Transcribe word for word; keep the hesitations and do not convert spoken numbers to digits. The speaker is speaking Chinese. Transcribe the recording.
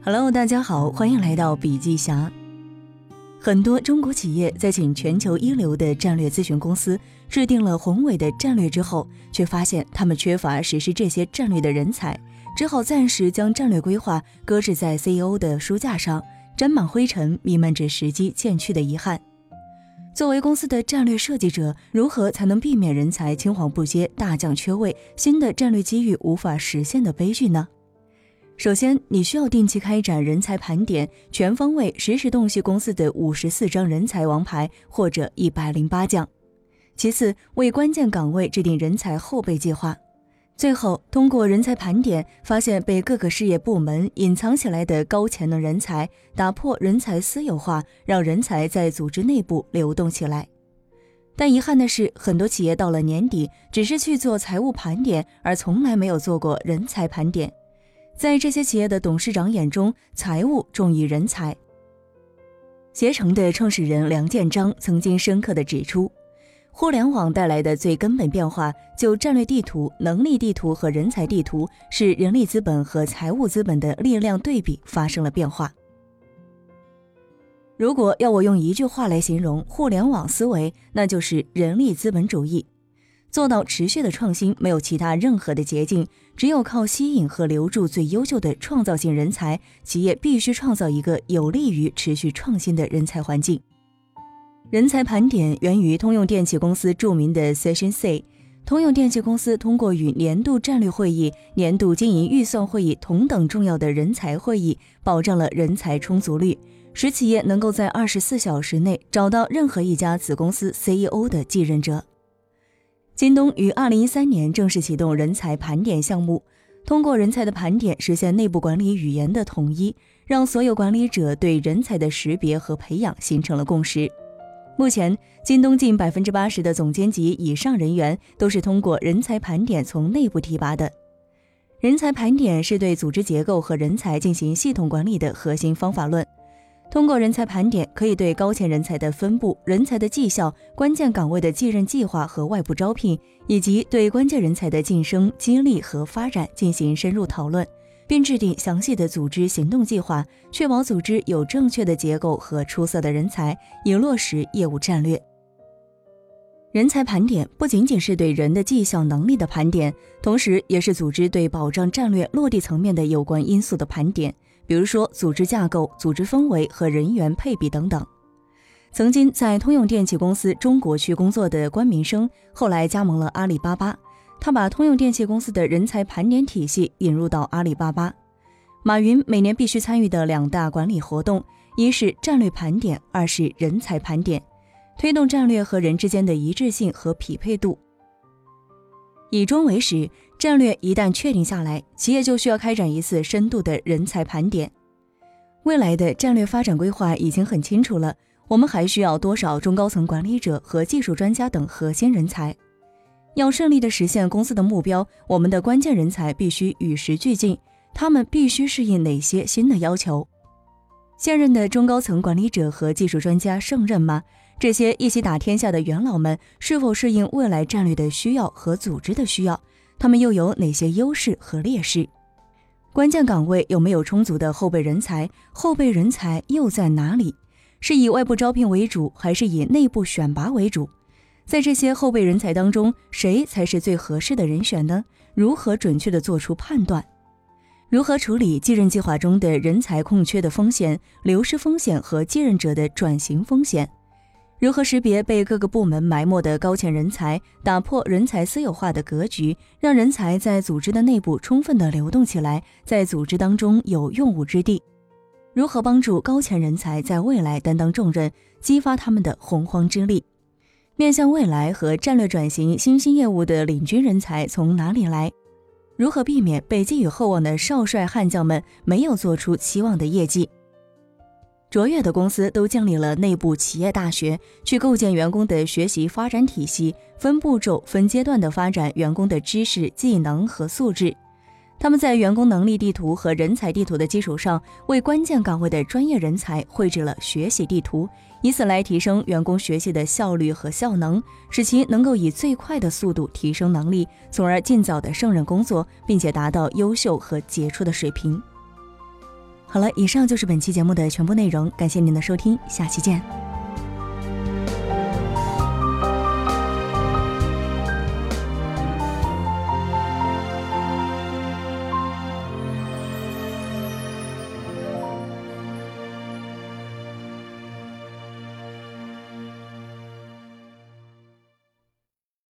Hello， 大家好，欢迎来到笔记侠。很多中国企业在请全球一流的战略咨询公司制定了宏伟的战略之后，却发现他们缺乏实施这些战略的人才，只好暂时将战略规划搁置在 C E O 的书架上，沾满灰尘，弥漫着时机欠缺的遗憾。作为公司的战略设计者，如何才能避免人才青黄不接、大将缺位、新的战略机遇无法实现的悲剧呢？首先，你需要定期开展人才盘点，全方位实时洞悉公司的五十四张人才王牌或者一百零八将。其次，为关键岗位制定人才后备计划。最后，通过人才盘点，发现被各个事业部门隐藏起来的高潜能人才，打破人才私有化，让人才在组织内部流动起来。但遗憾的是，很多企业到了年底，只是去做财务盘点，而从来没有做过人才盘点。在这些企业的董事长眼中，财务重于人才。携程的创始人梁建章曾经深刻地指出，互联网带来的最根本变化，就战略地图、能力地图和人才地图，是人力资本和财务资本的力量对比发生了变化。如果要我用一句话来形容互联网思维，那就是人力资本主义。做到持续的创新，没有其他任何的捷径，只有靠吸引和留住最优秀的创造性人才，企业必须创造一个有利于持续创新的人才环境。人才盘点源于通用电气公司著名的 Session C。 通用电气公司通过与年度战略会议、年度经营预算会议同等重要的人才会议，保障了人才充足率，使企业能够在二十四小时内找到任何一家子公司 C E O 的继任者。京东于二零一三年正式启动人才盘点项目，通过人才的盘点实现内部管理语言的统一，让所有管理者对人才的识别和培养形成了共识。目前，京东近 百分之八十 的总监级以上人员都是通过人才盘点从内部提拔的。人才盘点是对组织结构和人才进行系统管理的核心方法论。通过人才盘点，可以对高潜人才的分布、人才的绩效、关键岗位的继任计划和外部招聘，以及对关键人才的晋升、激励和发展进行深入讨论，并制定详细的组织行动计划，确保组织有正确的结构和出色的人才，以落实业务战略。人才盘点不仅仅是对人的绩效能力的盘点，同时也是组织对保障战略落地层面的有关因素的盘点，比如说组织架构、组织氛围和人员配比等等。曾经在通用电气公司中国区工作的关民生，后来加盟了阿里巴巴，他把通用电气公司的人才盘点体系引入到阿里巴巴。马云每年必须参与的两大管理活动，一是战略盘点，二是人才盘点，推动战略和人之间的一致性和匹配度。以终为始，战略一旦确定下来，企业就需要开展一次深度的人才盘点。未来的战略发展规划已经很清楚了，我们还需要多少中高层管理者和技术专家等核心人才。要顺利地实现公司的目标，我们的关键人才必须与时俱进，他们必须适应哪些新的要求？现任的中高层管理者和技术专家胜任吗？这些一起打天下的元老们是否适应未来战略的需要和组织的需要？他们又有哪些优势和劣势？关键岗位有没有充足的后备人才？后备人才又在哪里？是以外部招聘为主，还是以内部选拔为主？在这些后备人才当中，谁才是最合适的人选呢？如何准确地做出判断？如何处理继任计划中的人才空缺的风险、流失风险和继任者的转型风险？如何识别被各个部门埋没的高潜人才，打破人才私有化的格局，让人才在组织的内部充分地流动起来，在组织当中有用武之地？如何帮助高潜人才在未来担当重任，激发他们的洪荒之力？面向未来和战略转型新兴业务的领军人才从哪里来？如何避免被寄予厚望的少帅悍将们没有做出期望的业绩？卓越的公司都建立了内部企业大学，去构建员工的学习发展体系，分步骤、分阶段地发展员工的知识、技能和素质。他们在员工能力地图和人才地图的基础上，为关键岗位的专业人才绘制了学习地图，以此来提升员工学习的效率和效能，使其能够以最快的速度提升能力，从而尽早的胜任工作，并且达到优秀和杰出的水平。 好了，以上就是本期节目的全部内容，感谢您的收听，下期见。